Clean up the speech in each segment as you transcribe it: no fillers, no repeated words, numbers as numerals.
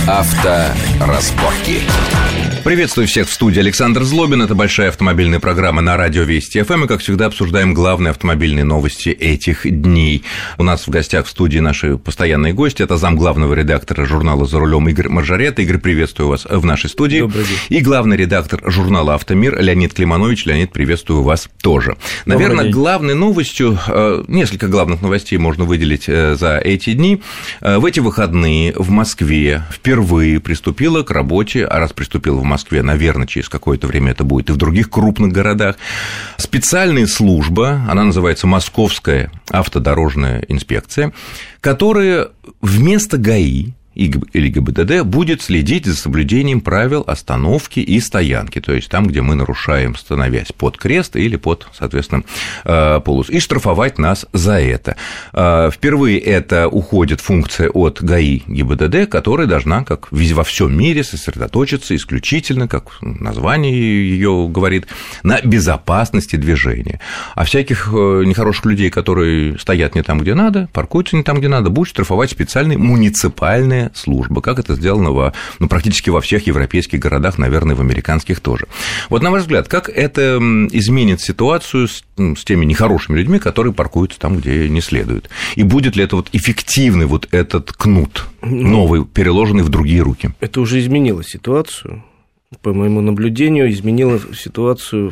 Авторазборки. Приветствую всех в студии. Александр Злобин. Это большая автомобильная программа на радио Вести ФМ. И, как всегда, обсуждаем главные автомобильные новости этих дней. У нас в гостях в студии наши постоянные гости. Это замглавного редактора журнала «За рулем» Игорь Маржарета. Игорь, приветствую вас в нашей студии. Добрый день. И главный редактор журнала «Автомир» Леонид Климанович. Леонид, приветствую вас тоже. Наверное, главной новостью, несколько главных новостей можно выделить за эти дни. В эти выходные в Москве впервые приступила к работе, а раз приступила в Москве, наверное, через какое-то время это будет и в других крупных городах, специальная служба, она называется Московская автодорожная инспекция, которая вместо ГАИ или ГИБДД будет следить за соблюдением правил остановки и стоянки, то есть там, где мы нарушаем, становясь под крест или под, соответственно, полосу, и штрафовать нас за это. Впервые это уходит функция от ГАИ ГИБДД, которая должна, как во всем мире, сосредоточиться исключительно, как название ее говорит, на безопасности движения. А всяких нехороших людей, которые стоят не там, где надо, паркуются не там, где надо, будет штрафовать специальная муниципальная служба, как это сделано практически во всех европейских городах, наверное, в американских тоже. Вот, на ваш взгляд, как это изменит ситуацию с теми нехорошими людьми, которые паркуются там, где не следует? И будет ли это вот эффективный вот этот кнут, новый, переложенный в другие руки? Это уже изменило ситуацию. По моему наблюдению, изменило ситуацию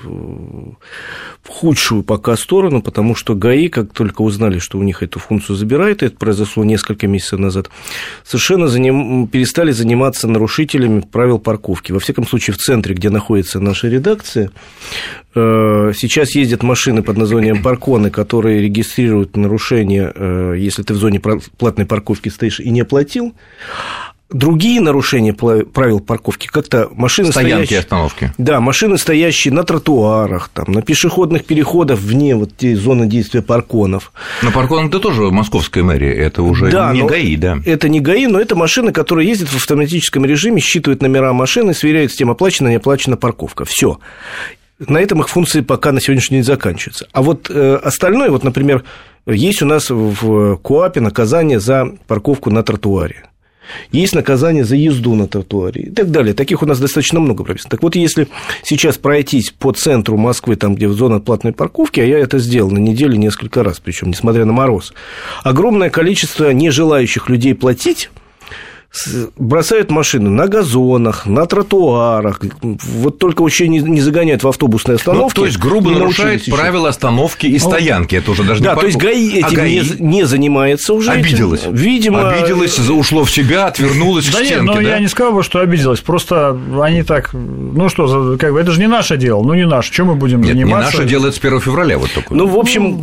в худшую пока сторону, потому что ГАИ, как только узнали, что у них эту функцию забирают, это произошло несколько месяцев назад, совершенно перестали заниматься нарушителями правил парковки. Во всяком случае, в центре, где находится наша редакция, сейчас ездят машины под названием «Парконы», которые регистрируют нарушения, если ты в зоне платной парковки стоишь и не оплатил. Другие нарушения правил парковки, как-то машины стоянки и остановки. Да, машины, стоящие на тротуарах, там, на пешеходных переходах вне вот зоны действия парконов. Но паркон – это тоже московская мэрия, это уже не ГАИ, да? Это не ГАИ, но это машины, которые ездят в автоматическом режиме, считывают номера машины, сверяют с тем, оплачена, не оплачена парковка. Все. На этом их функции пока на сегодняшний день заканчиваются. А вот остальное, вот, например, есть у нас в КоАПе наказание за парковку на тротуаре. Есть наказание за езду на тротуаре и так далее. Таких у нас достаточно много прописано. Так вот, если сейчас пройтись по центру Москвы, там, где зона платной парковки, а я это сделал на неделе несколько раз, причем несмотря на мороз, огромное количество нежелающих людей платить бросают машины на газонах, на тротуарах, вот только вообще не загоняют в автобусные остановки. То есть, грубо нарушает правила остановки и стоянки, это уже даже не парковка. Да, то есть, ГАИ этим не занимается уже. Обиделась. Видимо... Обиделась, ушло в себя, отвернулась к стенке. Нет, но я не сказал бы, что обиделась, просто они так, как бы, это же не наше дело, не наше, чем мы будем заниматься? Не наше дело, это с 1 февраля вот такое. В общем...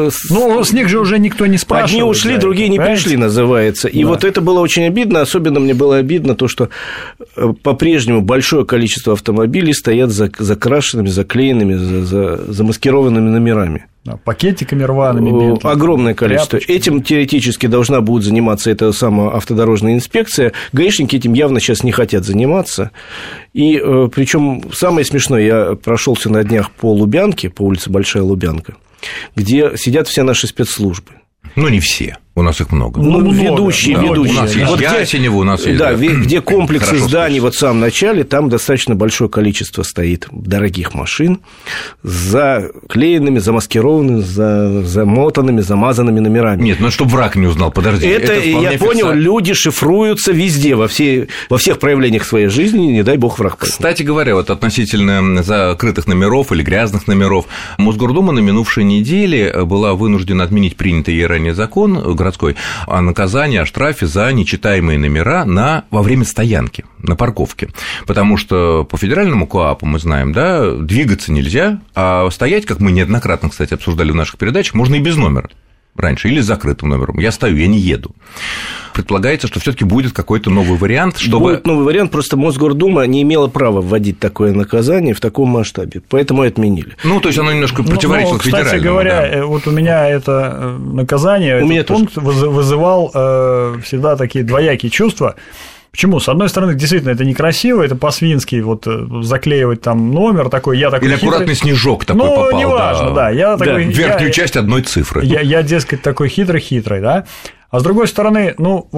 с них же уже никто не спрашивает. Одни ушли, другие не пришли, называется. И вот это было очень обидно, особенно мне было обидно то, что по-прежнему большое количество автомобилей стоят закрашенными, заклеенными, замаскированными номерами. Пакетиками рваными. Огромное количество. Этим теоретически должна будет заниматься эта самая автодорожная инспекция. Гаишники этим явно сейчас не хотят заниматься. И причем самое смешное, я прошелся на днях по Лубянке, по улице Большая Лубянка, где сидят все наши спецслужбы. Не все. У нас их много. Ведущие. У нас есть Ясенева, у нас есть... Да, где комплексы зданий вот в самом начале, там достаточно большое количество стоит дорогих машин с заклеенными, замаскированными, замотанными, замазанными номерами. Нет, чтобы враг не узнал, подожди. Это я понял, люди шифруются везде, во всех проявлениях своей жизни, не дай бог враг поймет. Кстати говоря, вот относительно закрытых номеров или грязных номеров, Мосгордума на минувшей неделе была вынуждена отменить принятый ей ранее закон городской о наказании, о штрафе за нечитаемые номера во время стоянки, на парковке. Потому что по федеральному КоАПу мы знаем, да, двигаться нельзя, а стоять, как мы неоднократно, кстати, обсуждали в наших передачах, можно и без номера раньше, или с закрытым номером. Я стою, я не еду. Предполагается, что все-таки будет какой-то новый вариант, чтобы... Будет новый вариант, просто Мосгордума не имела права вводить такое наказание в таком масштабе, поэтому и отменили. То есть, оно немножко противоречило федеральному. Кстати говоря, да. Вот у меня это наказание, этот пункт вызывал всегда такие двоякие чувства. Почему? С одной стороны, действительно, это некрасиво, это по-свински вот заклеивать там номер такой, я такой или хитрый. Аккуратный снежок такой попал. Ну, неважно, да. Я такой, верхнюю часть одной цифры. Я, дескать, такой хитрый, да. А с другой стороны, ну, вот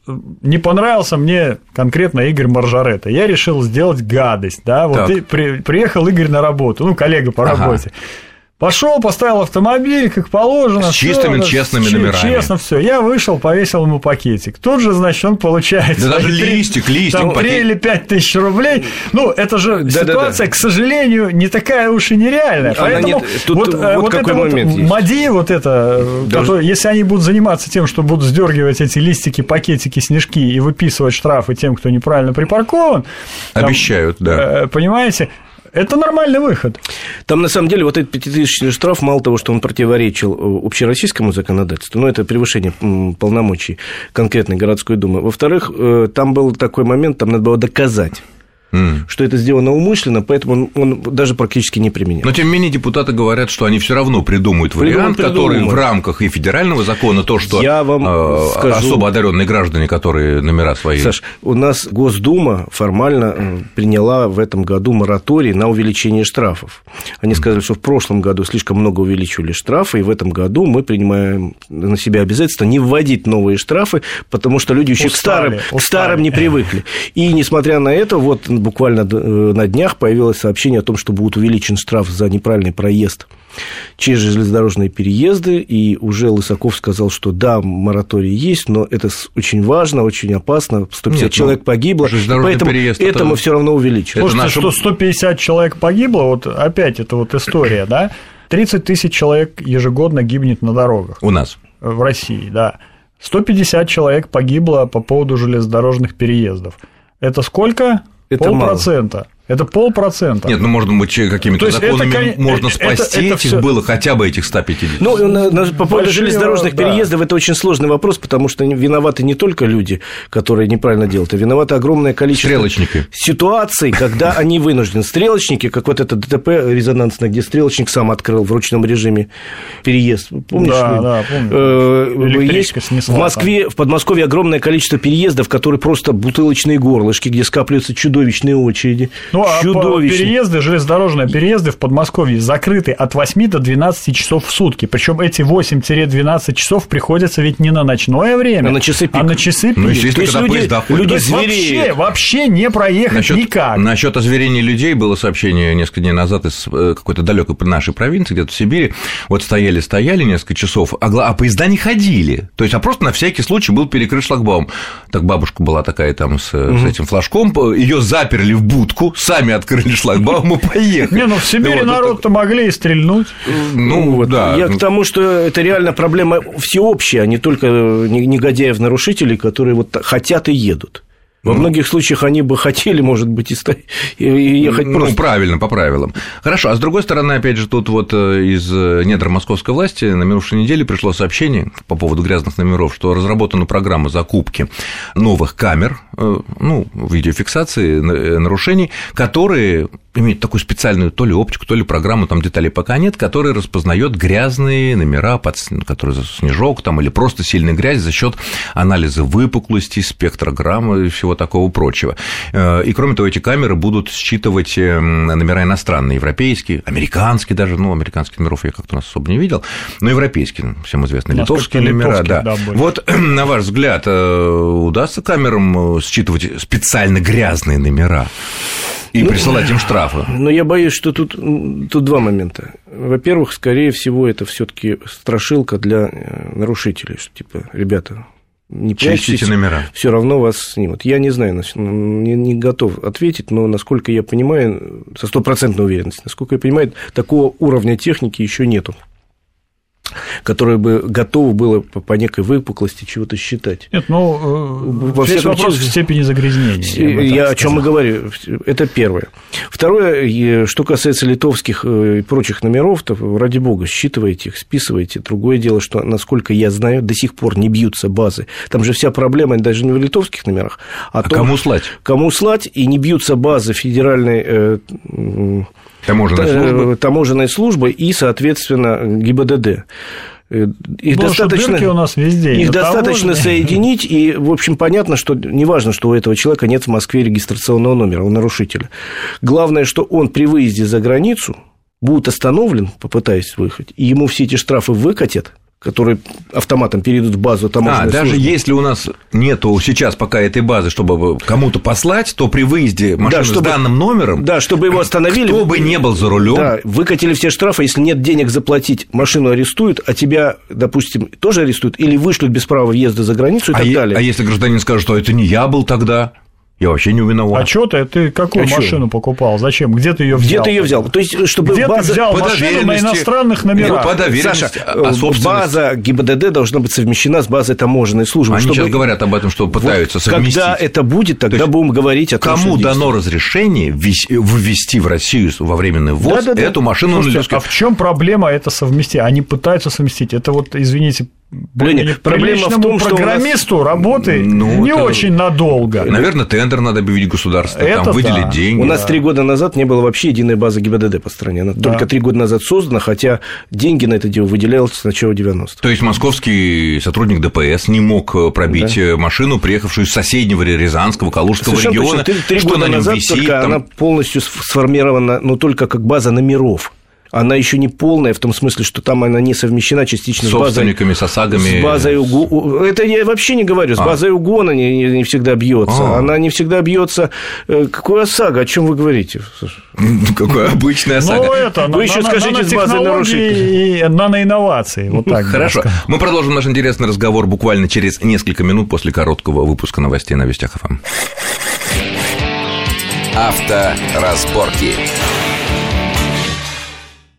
не понравился мне конкретно Игорь Маржаретта. Я решил сделать гадость, да, вот и приехал Игорь на работу, коллега по работе. Пошел, поставил автомобиль, как положено. С чистыми, честными номерами. Честно, все. Я вышел, повесил ему пакетик. Тут же, значит, он получает. Да даже листик. Там 3 или 5 тысяч рублей. Это же ситуация, к сожалению, не такая уж и нереальная. Поэтому вот какой момент есть. МАДИ, если они будут заниматься тем, что будут сдергивать эти листики, пакетики, снежки и выписывать штрафы тем, кто неправильно припаркован. Обещают, да. Понимаете? Это нормальный выход. Там, на самом деле, вот этот 5000-ный штраф, мало того, что он противоречил общероссийскому законодательству, но это превышение полномочий конкретной городской думы. Во-вторых, там был такой момент, там надо было доказать, что это сделано умышленно, поэтому он даже практически не применял. Но, тем не менее, депутаты говорят, что они все равно придумают вариант, который в рамках и федерального закона, то, что особо одаренные граждане, которые номера свои... Саш, у нас Госдума формально приняла в этом году мораторий на увеличение штрафов. Они сказали, что в прошлом году слишком много увеличивали штрафы, и в этом году мы принимаем на себя обязательство не вводить новые штрафы, потому что люди еще к старым не привыкли. И, несмотря на это, буквально на днях появилось сообщение о том, что будет увеличен штраф за неправильный проезд через железнодорожные переезды, и уже Лысаков сказал, что да, мораторий есть, но это очень важно, очень опасно, 150 человек погибло, поэтому это мы все равно увеличим. Слушайте, что 150 человек погибло, опять это история, да? 30 тысяч человек ежегодно гибнет на дорогах. У нас. В России, да. 150 человек погибло по поводу железнодорожных переездов. Это сколько? Это 0,5%. Это 0,5%. Нет, может быть, какими-то законами можно спасти этих было хотя бы этих 150. По поводу железнодорожных переездов это очень сложный вопрос, потому что виноваты не только люди, которые неправильно делают, а виноваты огромное количество ситуаций, когда они вынуждены. Стрелочники, как это ДТП резонансное, где стрелочник сам открыл в ручном режиме переезд. Помнишь? Да, помню. Есть в Москве, в Подмосковье огромное количество переездов, которые просто бутылочные горлышки, где скапливаются чудовищные очереди. Переезды, железнодорожные переезды в Подмосковье закрыты от 8 до 12 часов в сутки. Причем эти 8-12 часов приходятся ведь не на ночное время, а на часы пик. Естественно, люди звереют. Вообще не проехать никак. Насчет озверения людей было сообщение несколько дней назад из какой-то далекой нашей провинции, где-то в Сибири. Стояли несколько часов, а поезда не ходили. То есть, просто на всякий случай был перекрыт шлагбаум. Так бабушка была такая там с этим флажком, ее заперли в будку, сами открыли шлагбаум и поехали. В Сибири народ-то могли и стрельнуть. Да. Я к тому, что это реально проблема всеобщая, а не только негодяев-нарушителей, которые хотят и едут. Во многих случаях они бы хотели, может быть, и ехать просто. Правильно, по правилам. Хорошо, а с другой стороны, опять же, тут из недр московской власти на минувшей неделе пришло сообщение по поводу грязных номеров, что разработана программа закупки новых камер, видеофиксации нарушений, которые имеют такую специальную то ли оптику, то ли программу, там деталей пока нет, которая распознает грязные номера, которые снежок или просто сильная грязь за счет анализа выпуклости, спектрограммы и всего такого прочего. И, кроме того, эти камеры будут считывать номера иностранные, европейские, американские даже, американских номеров я как-то у нас особо не видел, но европейские, всем известны, литовские номера, да. На ваш взгляд, удастся камерам считывать специально грязные номера и присылать им штрафы? Но я боюсь, что тут два момента. Во-первых, скорее всего, это все-таки страшилка для нарушителей, что ребята, не прячьтесь, все равно вас снимут. Я не знаю, не готов ответить, но, насколько я понимаю, со 100% уверенностью, насколько я понимаю, такого уровня техники еще нету, которое бы готово было по некой выпуклости чего-то считать. Нет, здесь вопрос в степени загрязнения. Я о чем и говорю. Это первое. Второе, что касается литовских и прочих номеров, то, ради бога, считывайте их, списывайте. Другое дело, что, насколько я знаю, до сих пор не бьются базы. Там же вся проблема даже не в литовских номерах, а том, кому слать? Кому слать, и не бьются базы федеральной таможенной службы и, соответственно, ГИБДД. Их достаточно, у нас везде, их достаточно соединить, и, в общем, понятно, что неважно, что у этого человека нет в Москве регистрационного номера, у нарушителя. Главное, что он при выезде за границу будет остановлен, попытаясь выехать, и ему все эти штрафы выкатят, которые автоматом перейдут в базу таможенной даже службы. если у нас нету сейчас пока этой базы, чтобы кому-то послать, то при выезде машины с данным номером, чтобы его остановили, кто бы не был за рулем, выкатили все штрафы, если нет денег заплатить, машину арестуют, а тебя, допустим, тоже арестуют, или вышлют без права въезда за границу и так далее. А если гражданин скажет, что это не я был тогда? Я вообще не виноват. А что ты какую машину покупал? Зачем? Где ты ее взял? Где ты ее взял? То есть, чтобы где ты взял машину на иностранных номерах? По доверенности, Саша, база ГИБДД должна быть совмещена с базой таможенной службы. Они сейчас говорят об этом, что пытаются совместить. Когда это будет, тогда будем говорить о том, кому дано разрешение ввести в Россию во временный ввоз эту машину. Слушайте, а в чем проблема это совместить? Они пытаются совместить. Это вот, извините, проблема в том, что программисту работы не очень надолго. Наверное, тендер надо объявить государству, там выделить деньги. У нас 3 года назад не было вообще единой базы ГИБДД по стране. Она только 3 года назад создана, хотя деньги на это дело выделялись с начала 90-х. То есть московский сотрудник ДПС не мог пробить машину, приехавшую из соседнего Рязанского, Калужского региона, 3 года назад висит, только она полностью сформирована, но только как база номеров. Она еще не полная, в том смысле, что там она не совмещена частично с собственниками, с ОСАГами. С базой угона. Это я вообще не говорю. С базой угона не всегда бьется. Она не всегда бьется. Какой ОСАГО? О чем вы говорите? Какой обычный ОСАГО? Вы еще скажите с базой нарушителей. И наноинновации. Вот так. Хорошо. Мы продолжим наш интересный разговор буквально через несколько минут после короткого выпуска новостей на Вестях ФМ. Авторазборки.